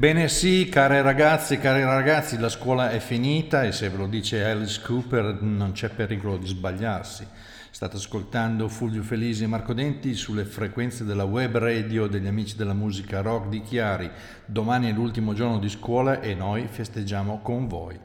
Bene sì, care ragazze e cari ragazzi, la scuola è finita e se ve lo dice Alice Cooper non c'è pericolo di sbagliarsi. State ascoltando Fulvio Felisi e Marco Denti sulle frequenze della web radio degli amici della musica rock di Chiari. Domani è l'ultimo giorno di scuola e noi festeggiamo con voi.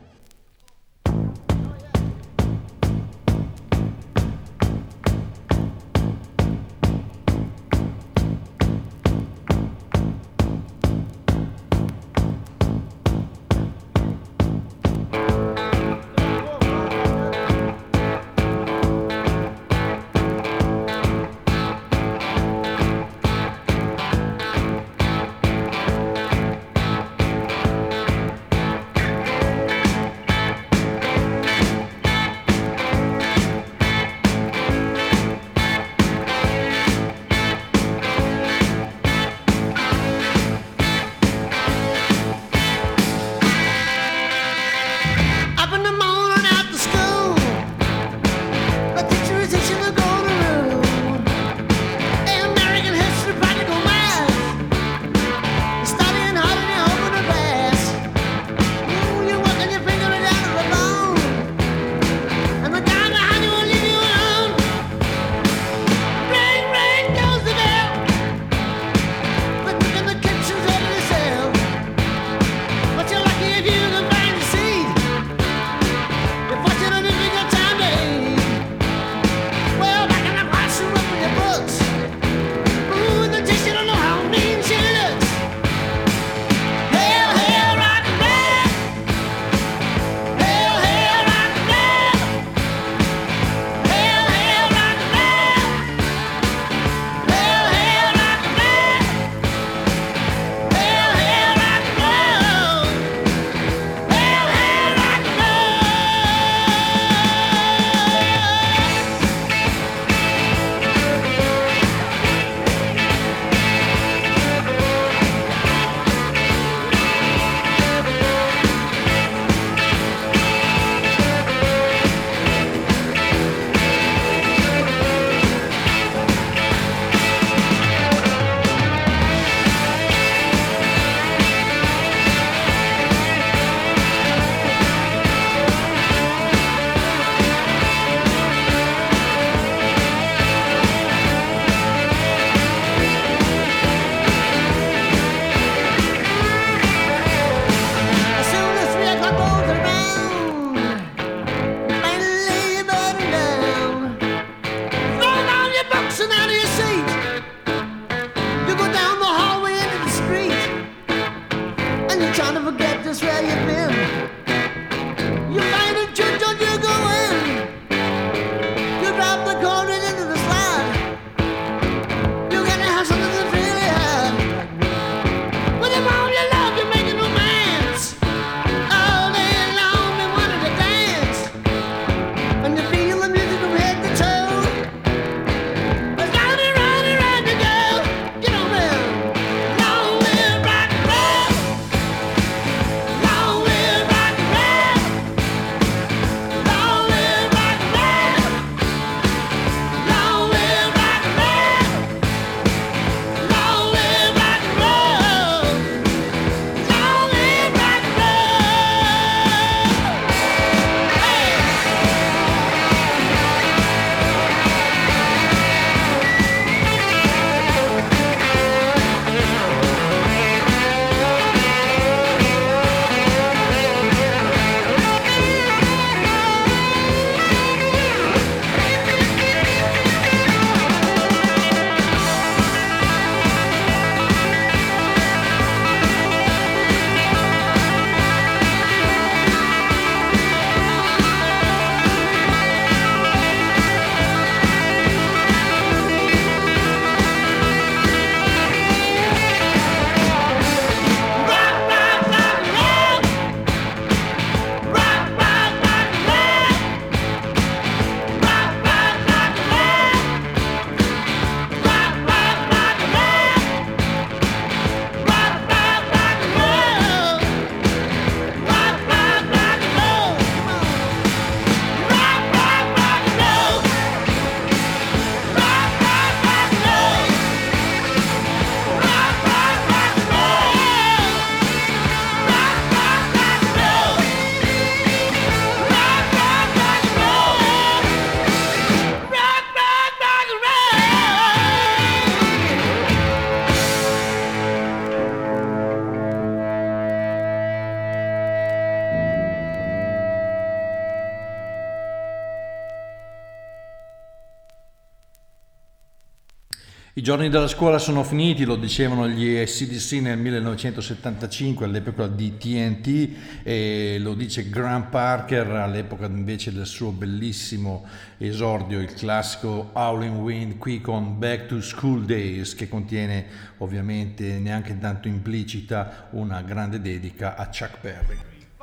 I giorni della scuola sono finiti, lo dicevano gli AC/DC nel 1975 all'epoca di TNT, e lo dice Graham Parker all'epoca invece del suo bellissimo esordio, il classico Howlin' Wind qui con Back to School Days, che contiene ovviamente neanche tanto implicita una grande dedica a Chuck Berry.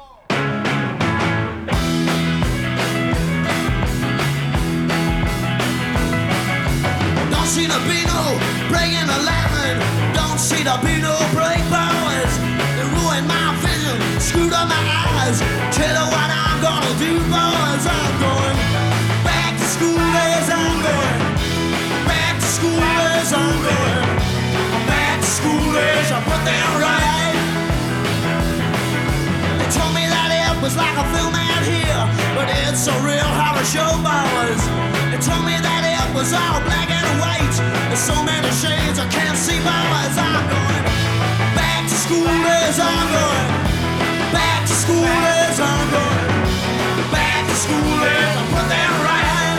Don't see the Beano breaking the lemon. Don't see the Beano break boys. They ruined my vision, screwed up my eyes. Tell you what I'm gonna do, boys. I'm going back to school as I'm going. Back to school as I'm going. Back to school as I put them right. They told me that it was like a film out here, but it's a real horror show, boys. They told me that it was all black and white. There's so many shades I can't see, boys. I'm going back to school as I'm going. Back to school as I'm going. Back to school as I put them right.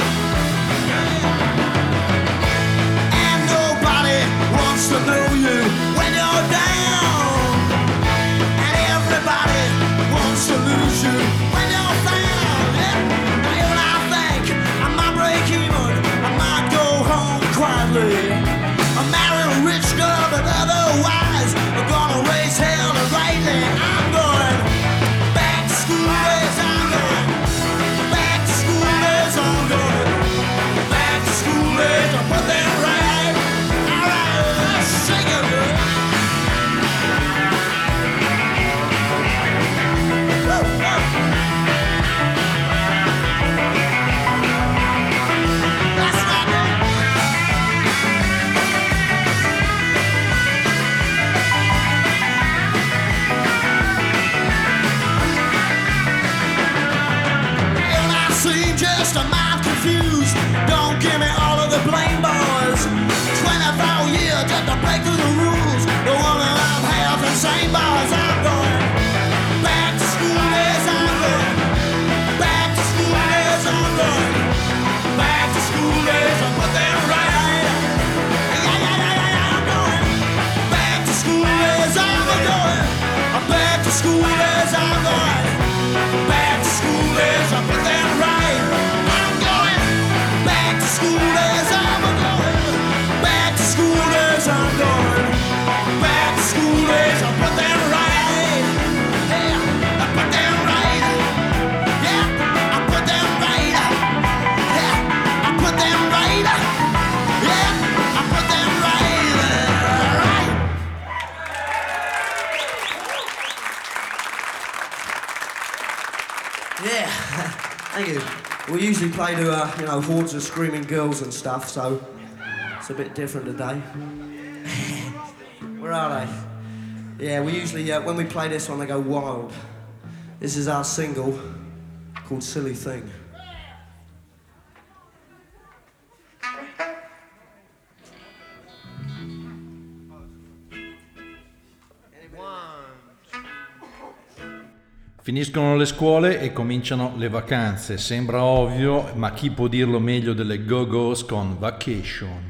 And nobody wants to know you when you're down. And everybody wants to lose you when you're found. Yeah. Now even I think I might break even. I might go home quietly. I marry a rich girl, but otherwise I'm gonna raise hell rightly. I'm going back to school as I'm going. Back to school as I'm going. Back to school as I put them right. Alright, shake it. Woo, woo. That's right. And I seem just a mind confused. Don't give me all of the blame, boys. 24 years just to break through the rules. The woman I'm half insane, boys. I'm going back to school as I'm going. Back to school as I'm going. Back to school as I put them right. Yeah, yeah, yeah, yeah, I'm going back to school as I'm going. I'm back to school as I'm going. Back to school as I put them right. I'm going back to school as I'm going. Back to school as I'm going. Back to school as I put them right. Yeah, I put them right. Yeah, I put them right. Yeah, I put them right. Yeah, I put them right. Yeah, thank you. We usually play to hordes of screaming girls and stuff, so it's a bit different today. Where are they? Yeah, we usually when we play this one, they go wild. This is our single called "Silly Thing." Finiscono le scuole e cominciano le vacanze. Sembra ovvio, ma chi può dirlo meglio delle Go-Go's con Vacation?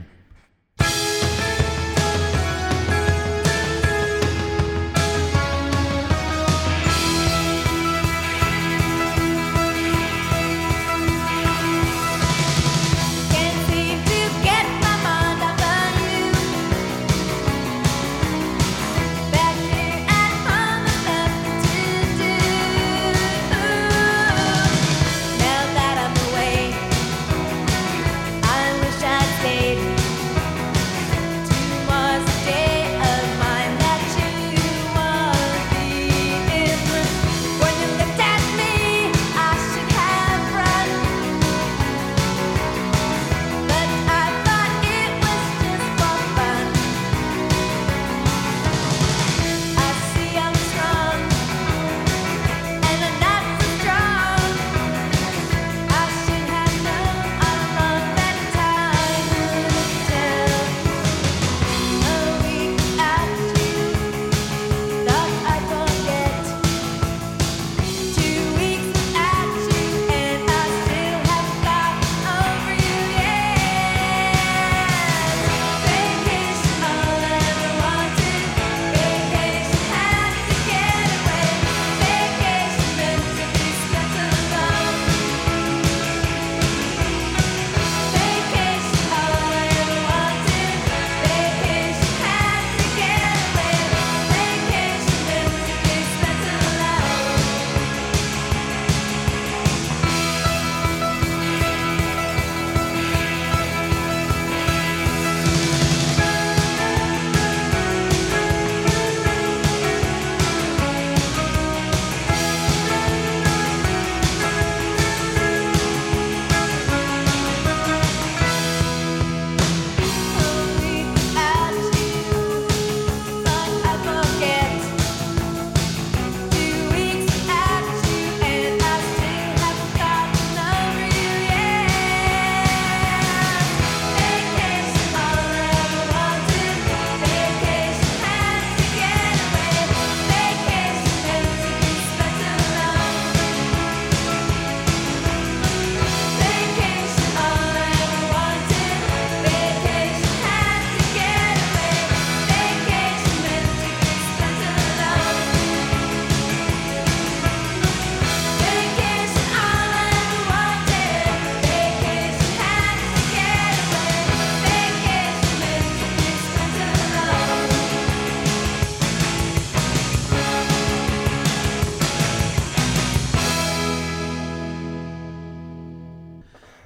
Can't seem to get my mind off of you. Back here at home, nothing to do. Now that I'm away, I wish I'd stayed.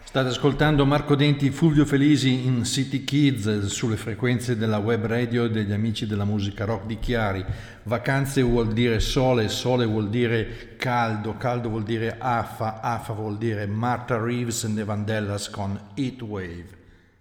State ascoltando Marco Denti, Fulvio Felisi in City Kids sulle frequenze della web radio degli amici della musica rock di Chiari. Vacanze vuol dire sole, sole vuol dire caldo, caldo vuol dire afa, afa vuol dire Martha Reeves and the Vandellas con Heat Wave.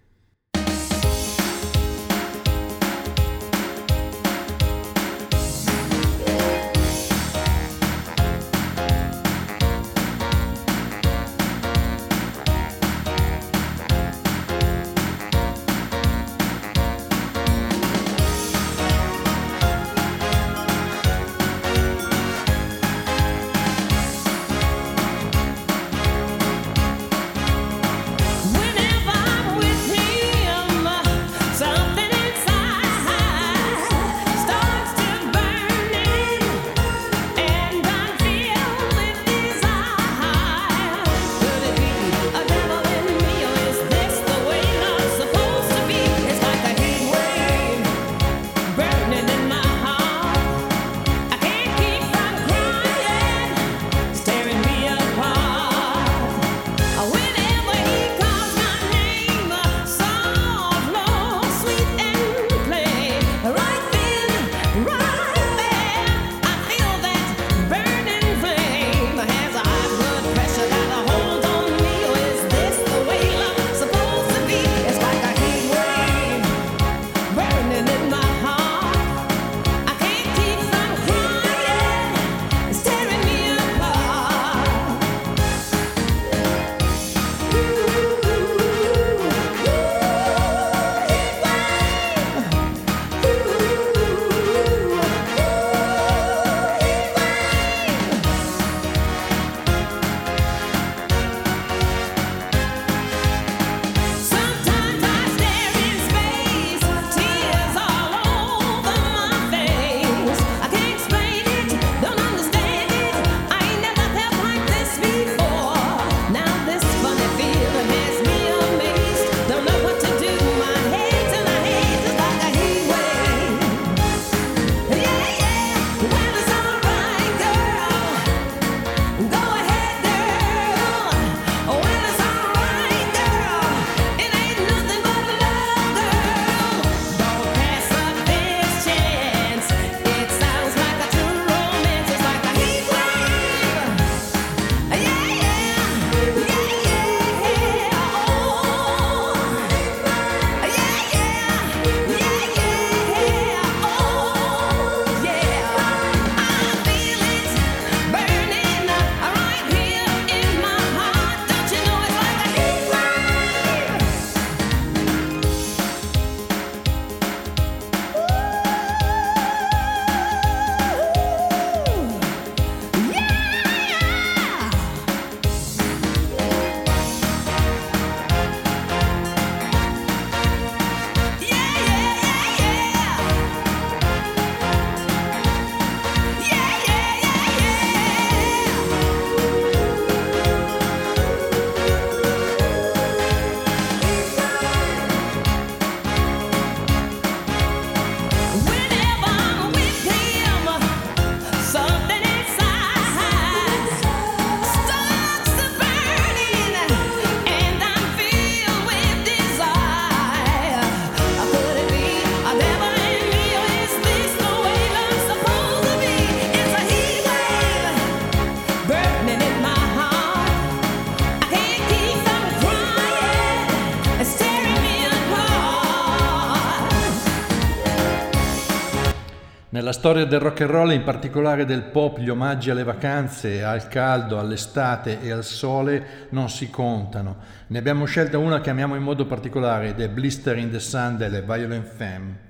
Nella storia del rock and roll, in particolare del pop, gli omaggi alle vacanze, al caldo, all'estate e al sole non si contano. Ne abbiamo scelta una che amiamo in modo particolare, The Blister in the Sun delle Violent Femmes.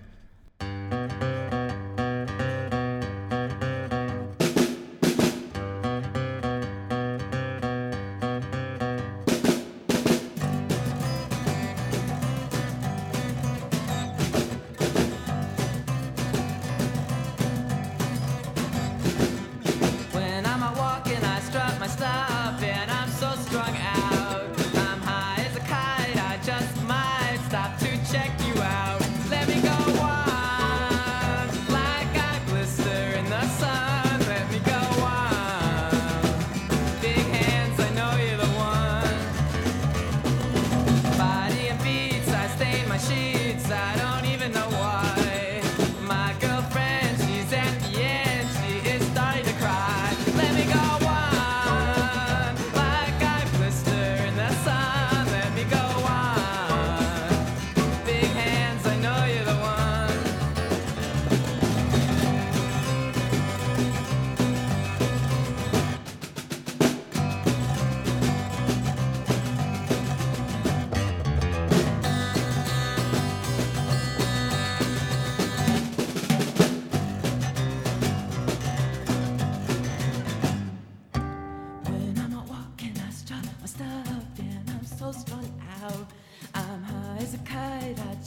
Let me go.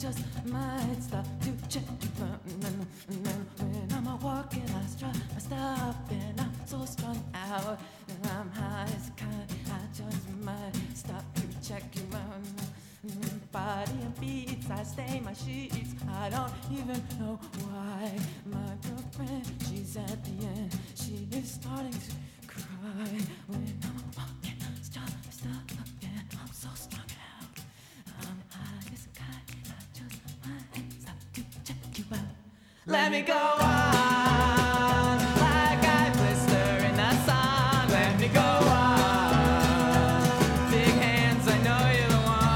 just might stop to check you out. And then when I'm a walking, I stop and I'm so strung out. And I'm high as a kite, I just might stop to check you out. Body and beats, I stain my sheets. I don't even know why. My girlfriend, she's at the end. She is starting to cry. When I'm walking, stop again. I'm so strung out. I'm high as a kite. I just might stop to check you out. Let me go on, like I blister in the sun. Let me go on. Big hands, I know you're the one.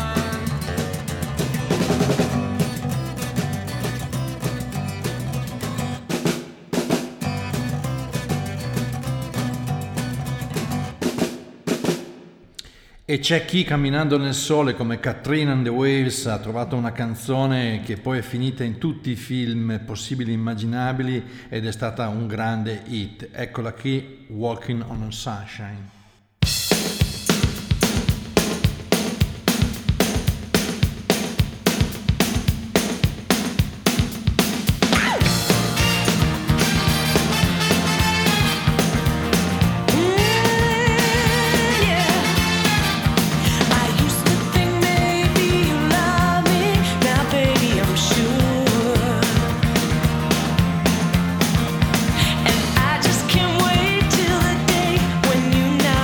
E c'è chi camminando nel sole come Katrina and the Waves ha trovato una canzone che poi è finita in tutti i film possibili e immaginabili ed è stata un grande hit. Eccola qui, Walking on Sunshine. And I just can't wait till the day when you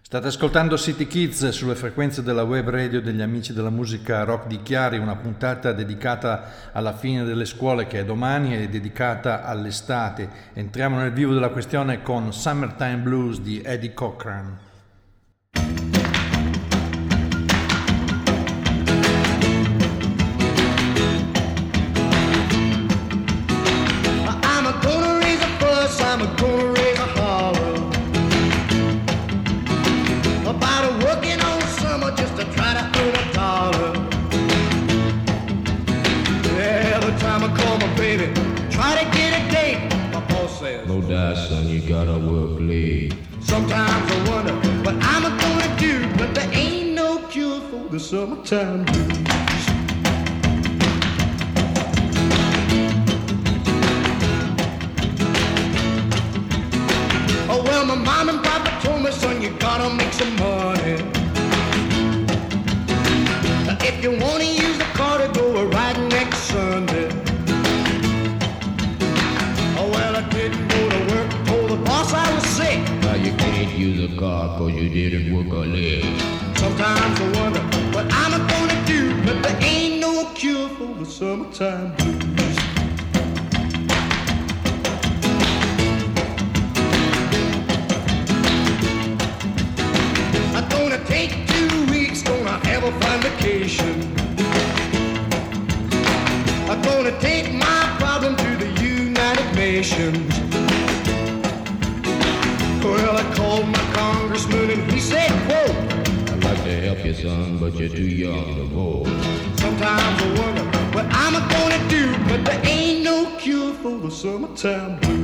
State ascoltando City Kids sulle frequenze della web radio degli amici della musica rock di Chiari, una puntata dedicata alla fine delle scuole che è domani e dedicata all'estate. Entriamo nel vivo della questione con Summertime Blues di Eddie Cochran. No doubt, son, you gotta work late. Sometimes I wonder what I'm gonna do, but there ain't no cure for the summertime blues. Oh well, my mom and papa told me, son, you gotta make some money. If you wanna use the car to go riding next Sunday. I was sick. Now you can't use a car cause you didn't work a leg. Sometimes I wonder what I'm gonna do, but there ain't no cure for the summertime blues. I'm gonna take 2 weeks, gonna have a fine vacation. I'm gonna take my problem to the United Nations. Well, I called my congressman and he said, quote, I'd like to help you, son, but you're too young to vote. Sometimes I wonder what I'm gonna do, but there ain't no cure for the summertime blues.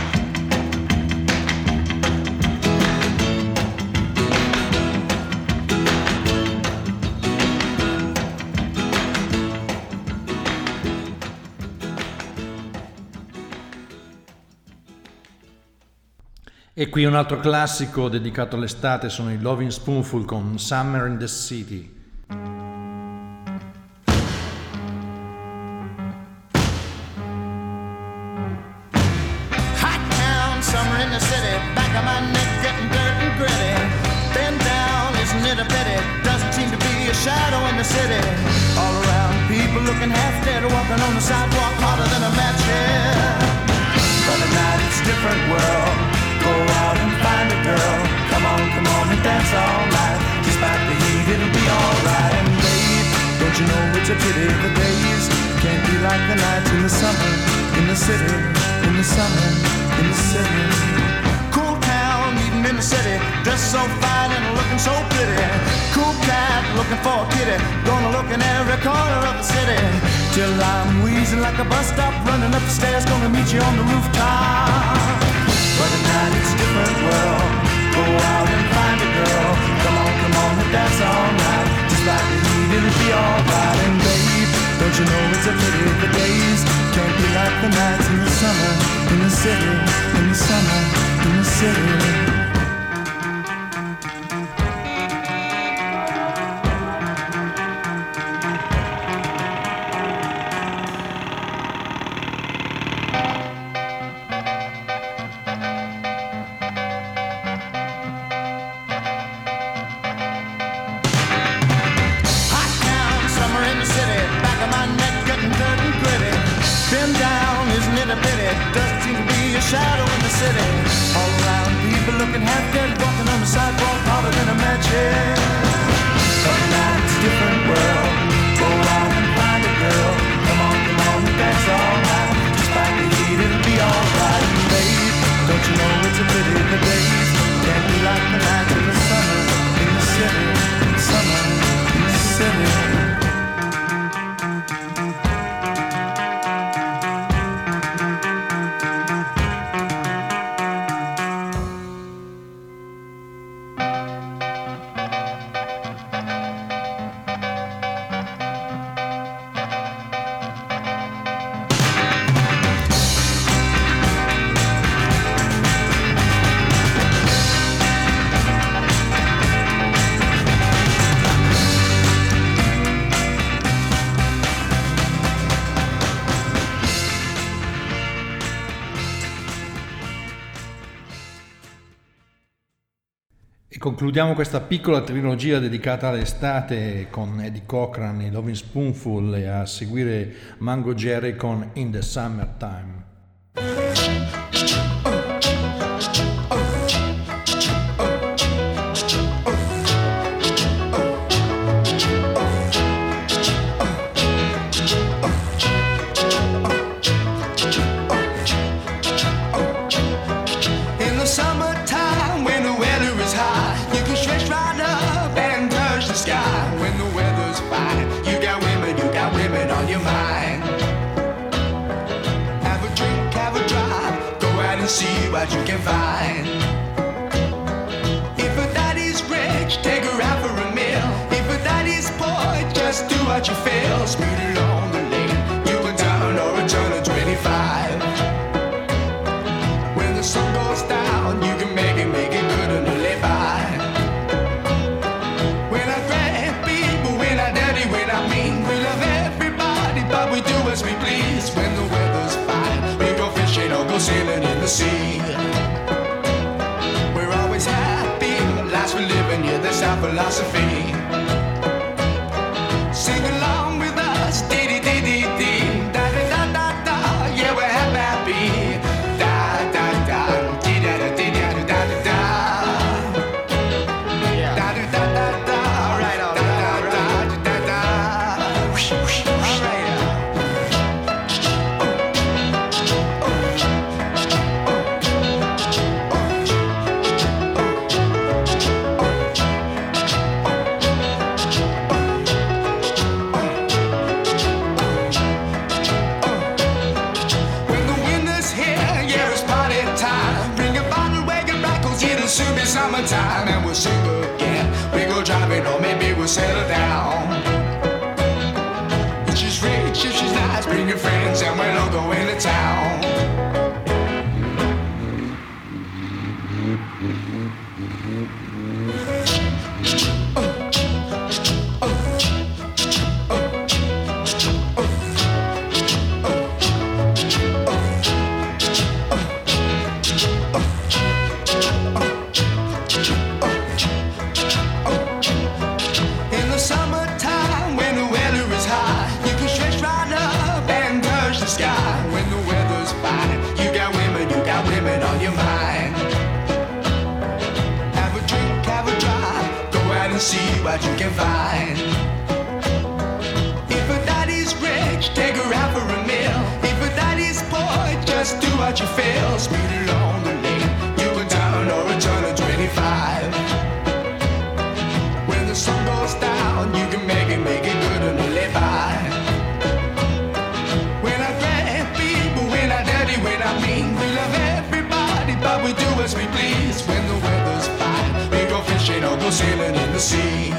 E qui un altro classico dedicato all'estate, sono i Lovin' Spoonful con Summer in the City. Hot town, summer in the city, back of my neck getting dirt and gritty. Bend down, isn't it a pity? Doesn't seem to be a shadow in the city. All around, people looking half dead, walking on the sidewalk harder than a match here. But at night it's a different world. Go out and find a girl. Come on and dance all night. Despite the heat, it'll be alright. And babe, don't you know it's a pity the days can't be like the nights in the summer, in the city, in the summer, in the city. Cool town, eating in the city, dressed so fine and looking so pretty. Cool cat, looking for a kitty, gonna look in every corner of the city. Till I'm wheezing like a bus stop, running up the stairs, gonna meet you on the rooftop. But at night it's a different world. Go out and find a girl. Come on and dance all night. Just like the heat, it'll be alright. And babe, don't you know it's a pity the days can't be like the nights in the summer, in the city, in the summer, in the city. Shadow in the city, all around people looking half dead, walking on the sidewalk harder than a match head. But now it's a different world. Go out and find a girl. Come on and dance all night. Despite the heat, it'll be alright. And babe, don't you know it's a pity the days can't be like the nights in the summer, in the city, in the summer, in the city. Concludiamo questa piccola trilogia dedicata all'estate con Eddie Cochran e Lovin' Spoonful e a seguire Mango Jerry con In the Summertime. See what you can find. If a daddy's rich, take her out for a meal. If a daddy's poor, just do what you feel. Speed along the lane, you can turn or return at 25. When the sun goes down, you can make it good and live by. When I grab people, when I dirty, when I mean, we love everybody, but we do as we please. When the weather's fine, we go fishing or go sailing in the sea. We're always happy, lives we live in, yeah, that's our philosophy. Sing along with us, dee-dee-dee-dee-dee, da-da-da-da-da, yeah, we're happy, da-da-da, dee-da-da-dee-da-da-da-da, da-da-da-da-da, right on, da-da-da-da-da-da, all right. Soon be summertime and we'll sing again. We go driving or maybe we'll settle down. If she's rich, if she's nice, bring your friends and we'll all go into town. See what you can find. If a daddy's rich, take her out for a meal. If a daddy's poor, just do what you feel. Speed along the lane, you can turn or return at 25. When the sun goes down, you can make it good and live by. When I grab people, when I dirty, when I mean, we love everybody, but we do as we please. When the weather's fine, we go fishing or go sailing in the sea.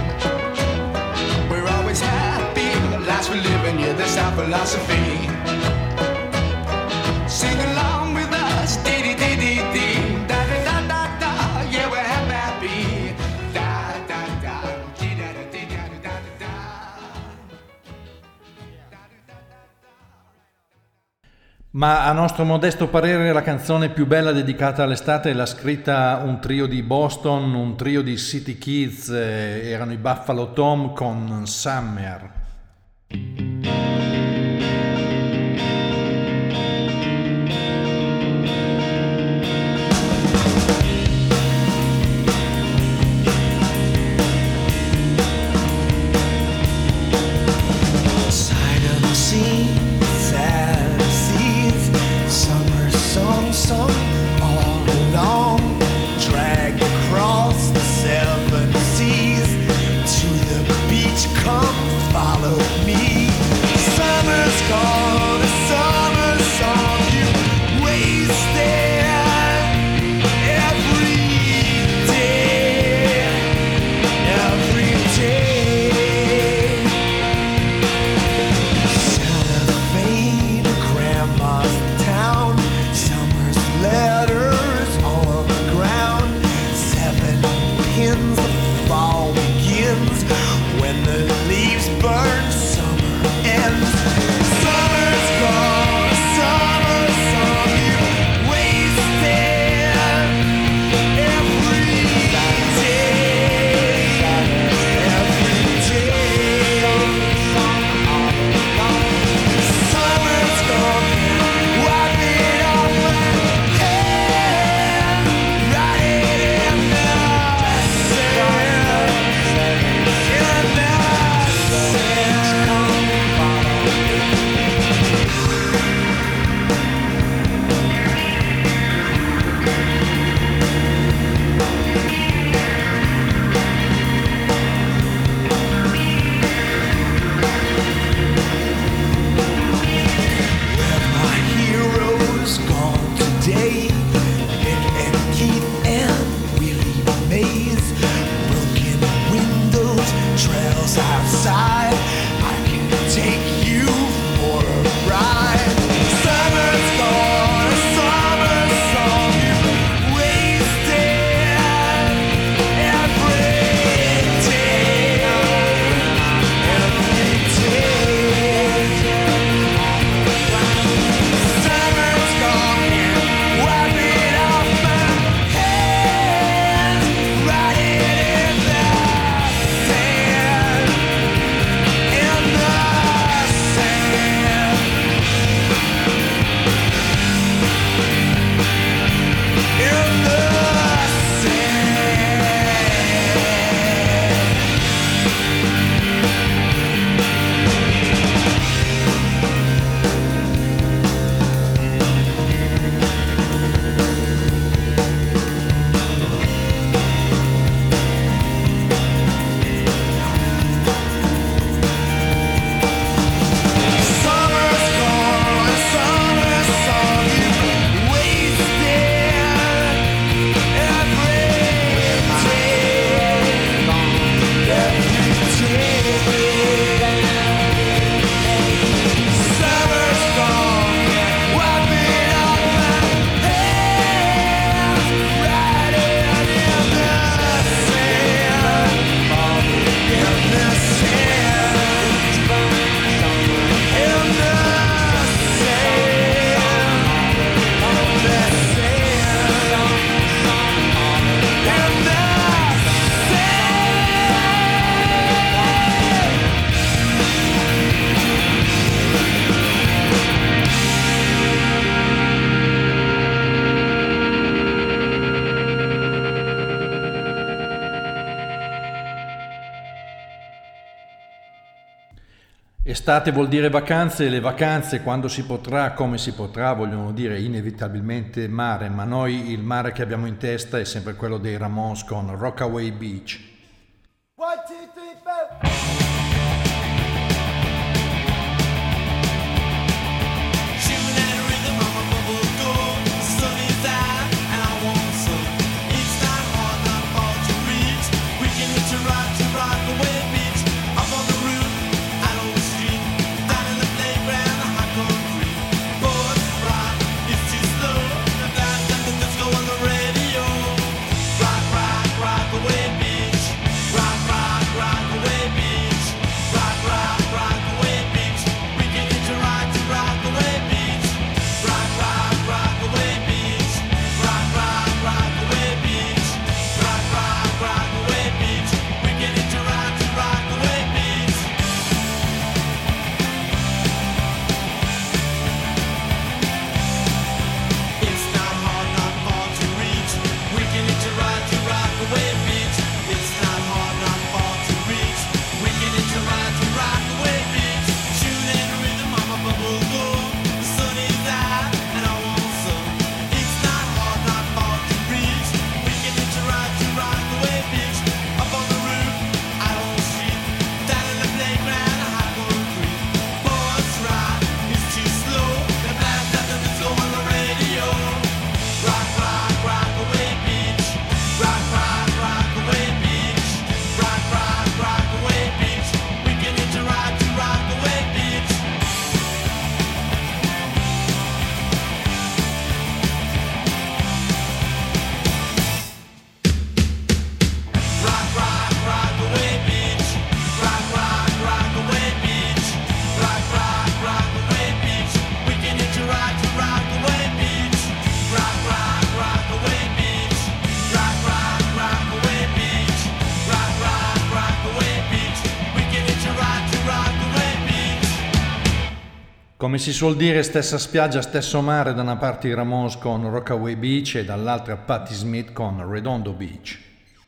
We're always happy, lives we live in, yeah, that's our philosophy. Sing along with us, dee-dee-dee-dee-dee, da-da-da-da-da, yeah, we're happy, da-da-da, dee-da-da-dee-da-da-da-da. Ma a nostro modesto parere la canzone più bella dedicata all'estate l'ha scritta un trio di Boston, un trio di City Kids, erano i Buffalo Tom con Summer. Song all along, drag across the 7 seas to the beach. Come follow Estate vuol dire vacanze e le vacanze, quando si potrà, come si potrà, vogliono dire inevitabilmente mare, ma noi il mare che abbiamo in testa è sempre quello dei Ramones con Rockaway Beach. 1, 2, 3, 4. Come si suol dire, stessa spiaggia, stesso mare, da una parte i Ramones con Rockaway Beach e dall'altra Patti Smith con Redondo Beach.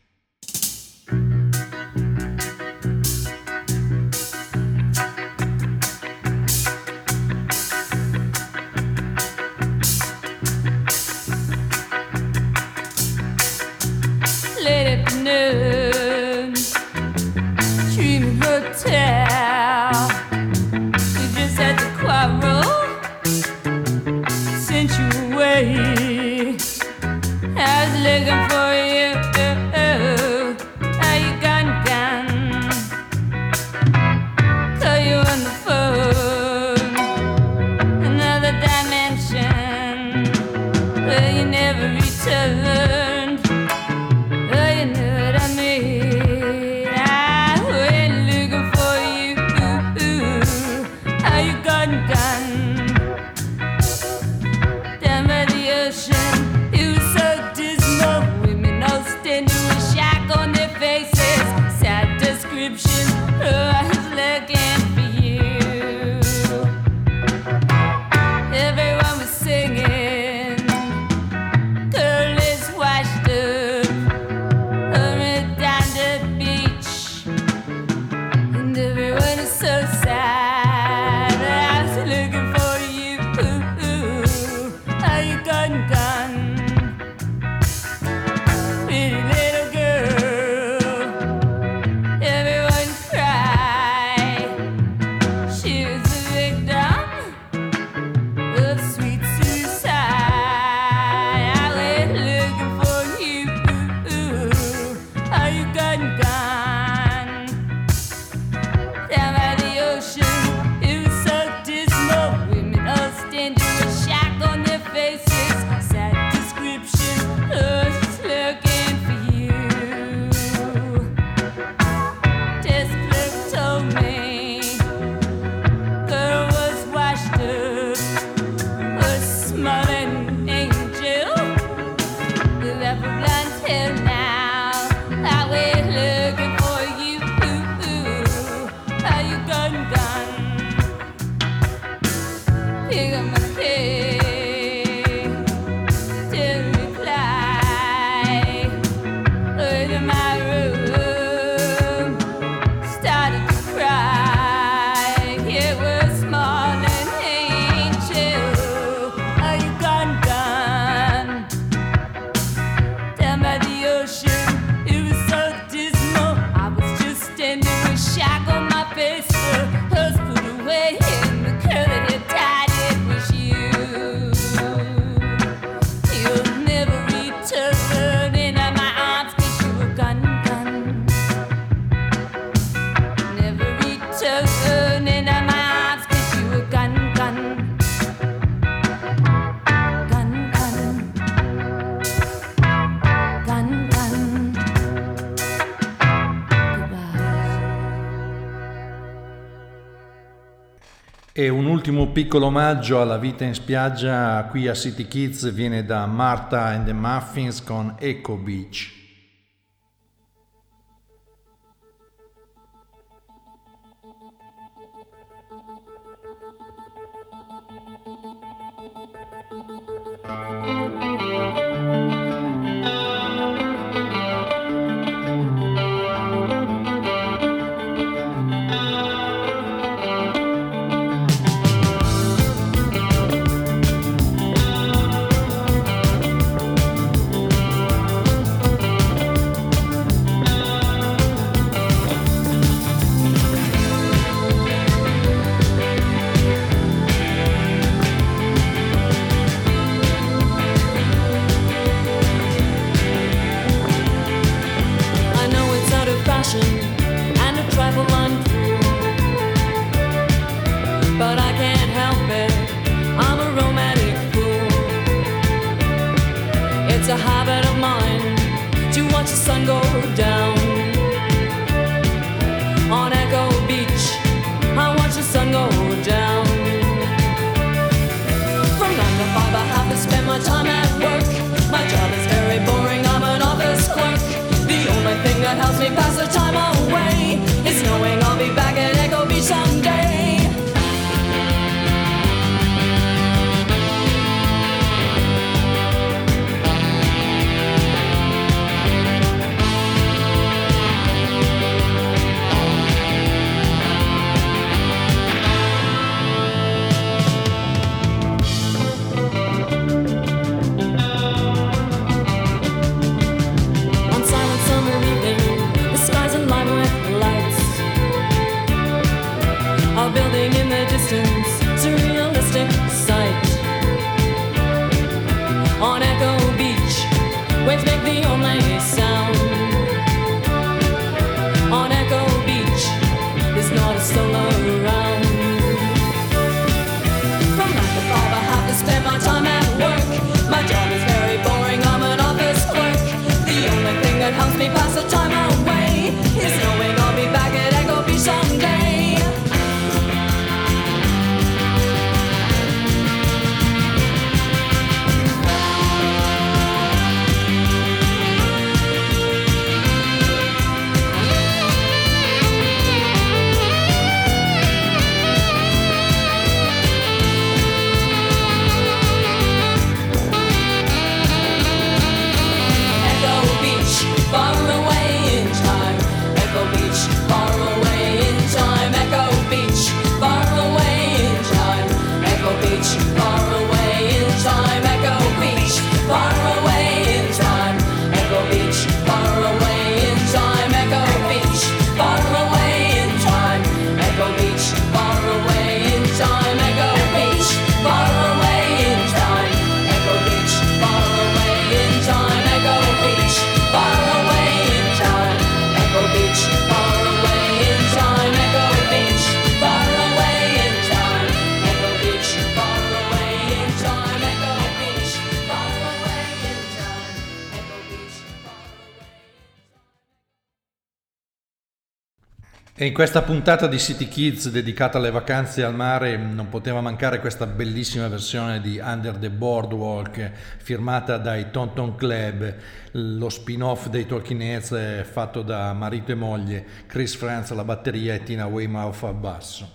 Late afternoon, Dream Hotel. You just had to quarrel, sent you away. I was looking for you. How you gone? Call you on the phone, another dimension where you never returned. Oh, you know what I mean. I went looking for you. How you gone? Down by the ocean, it was so dismal. Women all standing with shock on their faces. Sad description. Oh, I was looking for you. Everyone was singing. Girl is wild. E un ultimo piccolo omaggio alla vita in spiaggia qui a City Kids viene da Martha and the Muffins con Echo Beach. E in questa puntata di City Kids dedicata alle vacanze al mare non poteva mancare questa bellissima versione di Under the Boardwalk firmata dai Ton Ton Club, lo spin-off dei Talking Heads fatto da marito e moglie, Chris Frantz alla batteria e Tina Weymouth al basso.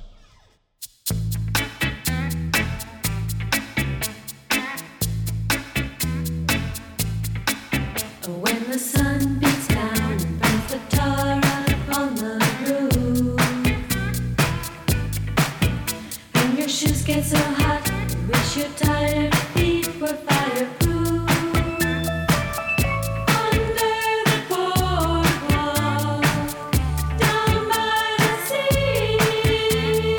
When the sun beats down and burns the tar up on the roof, and your shoes get so hot, you wish your tired feet were fireproof. Under the boardwalk, down by the sea,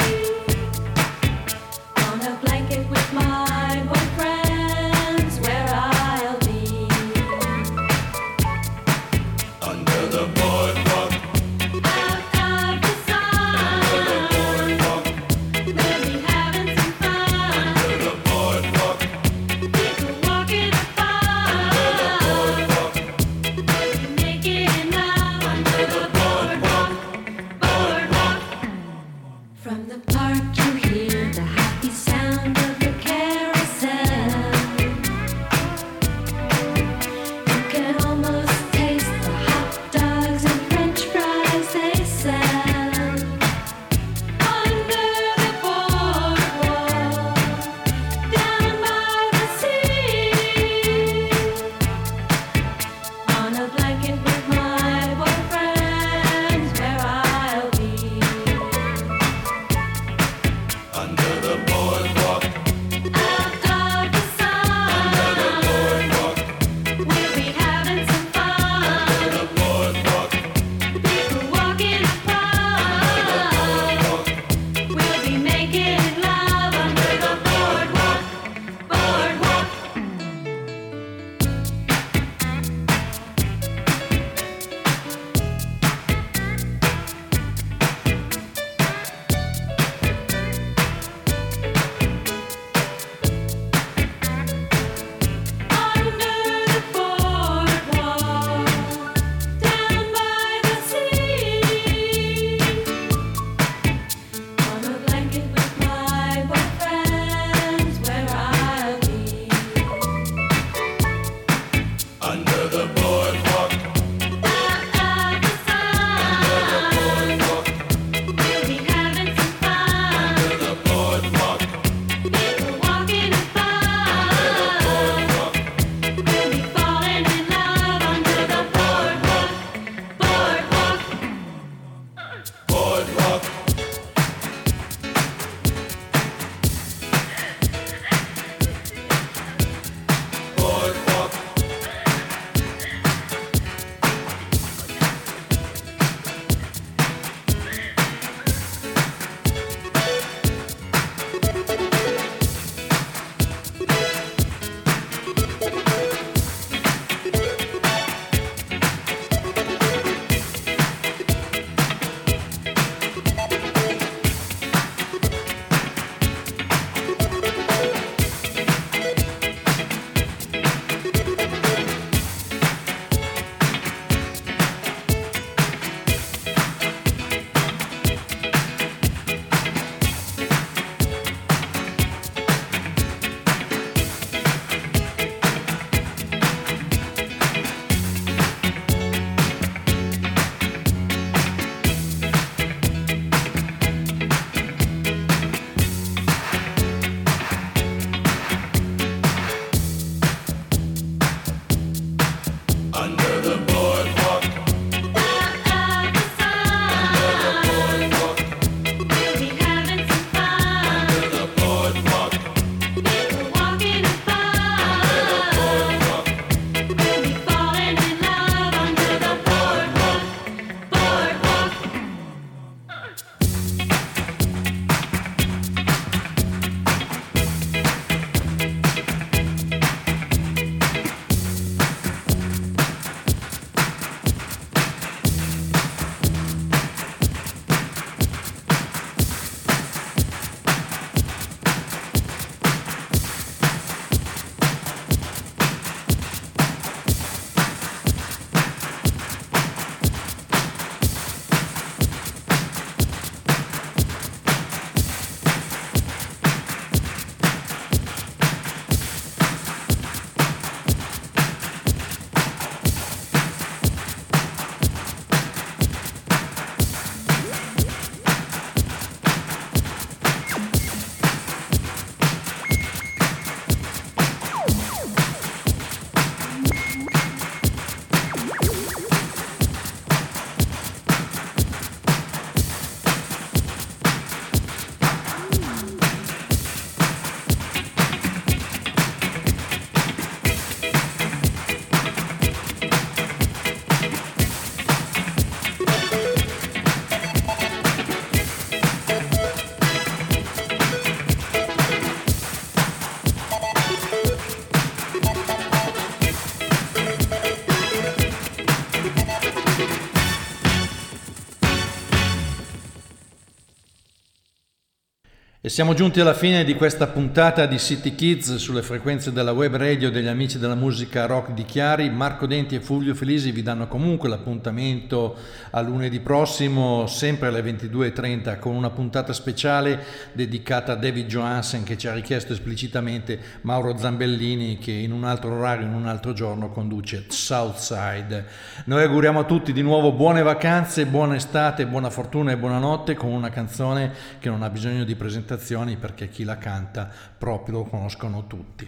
E siamo giunti alla fine di questa puntata di City Kids sulle frequenze della web radio degli amici della musica rock di Chiari. Marco Denti e Fulvio Felisi vi danno comunque l'appuntamento a lunedì prossimo, sempre alle 22:30, con una puntata speciale dedicata a David Johansen, che ci ha richiesto esplicitamente Mauro Zambellini, che in un altro orario, in un altro giorno, conduce Southside. Noi auguriamo a tutti di nuovo buone vacanze, buona estate, buona fortuna e buonanotte, con una canzone che non ha bisogno di presentazioni, perché chi la canta proprio lo conoscono tutti.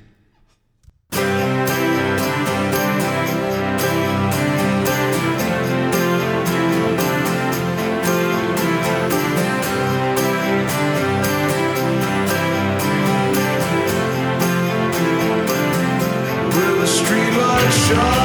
With the streetlights shine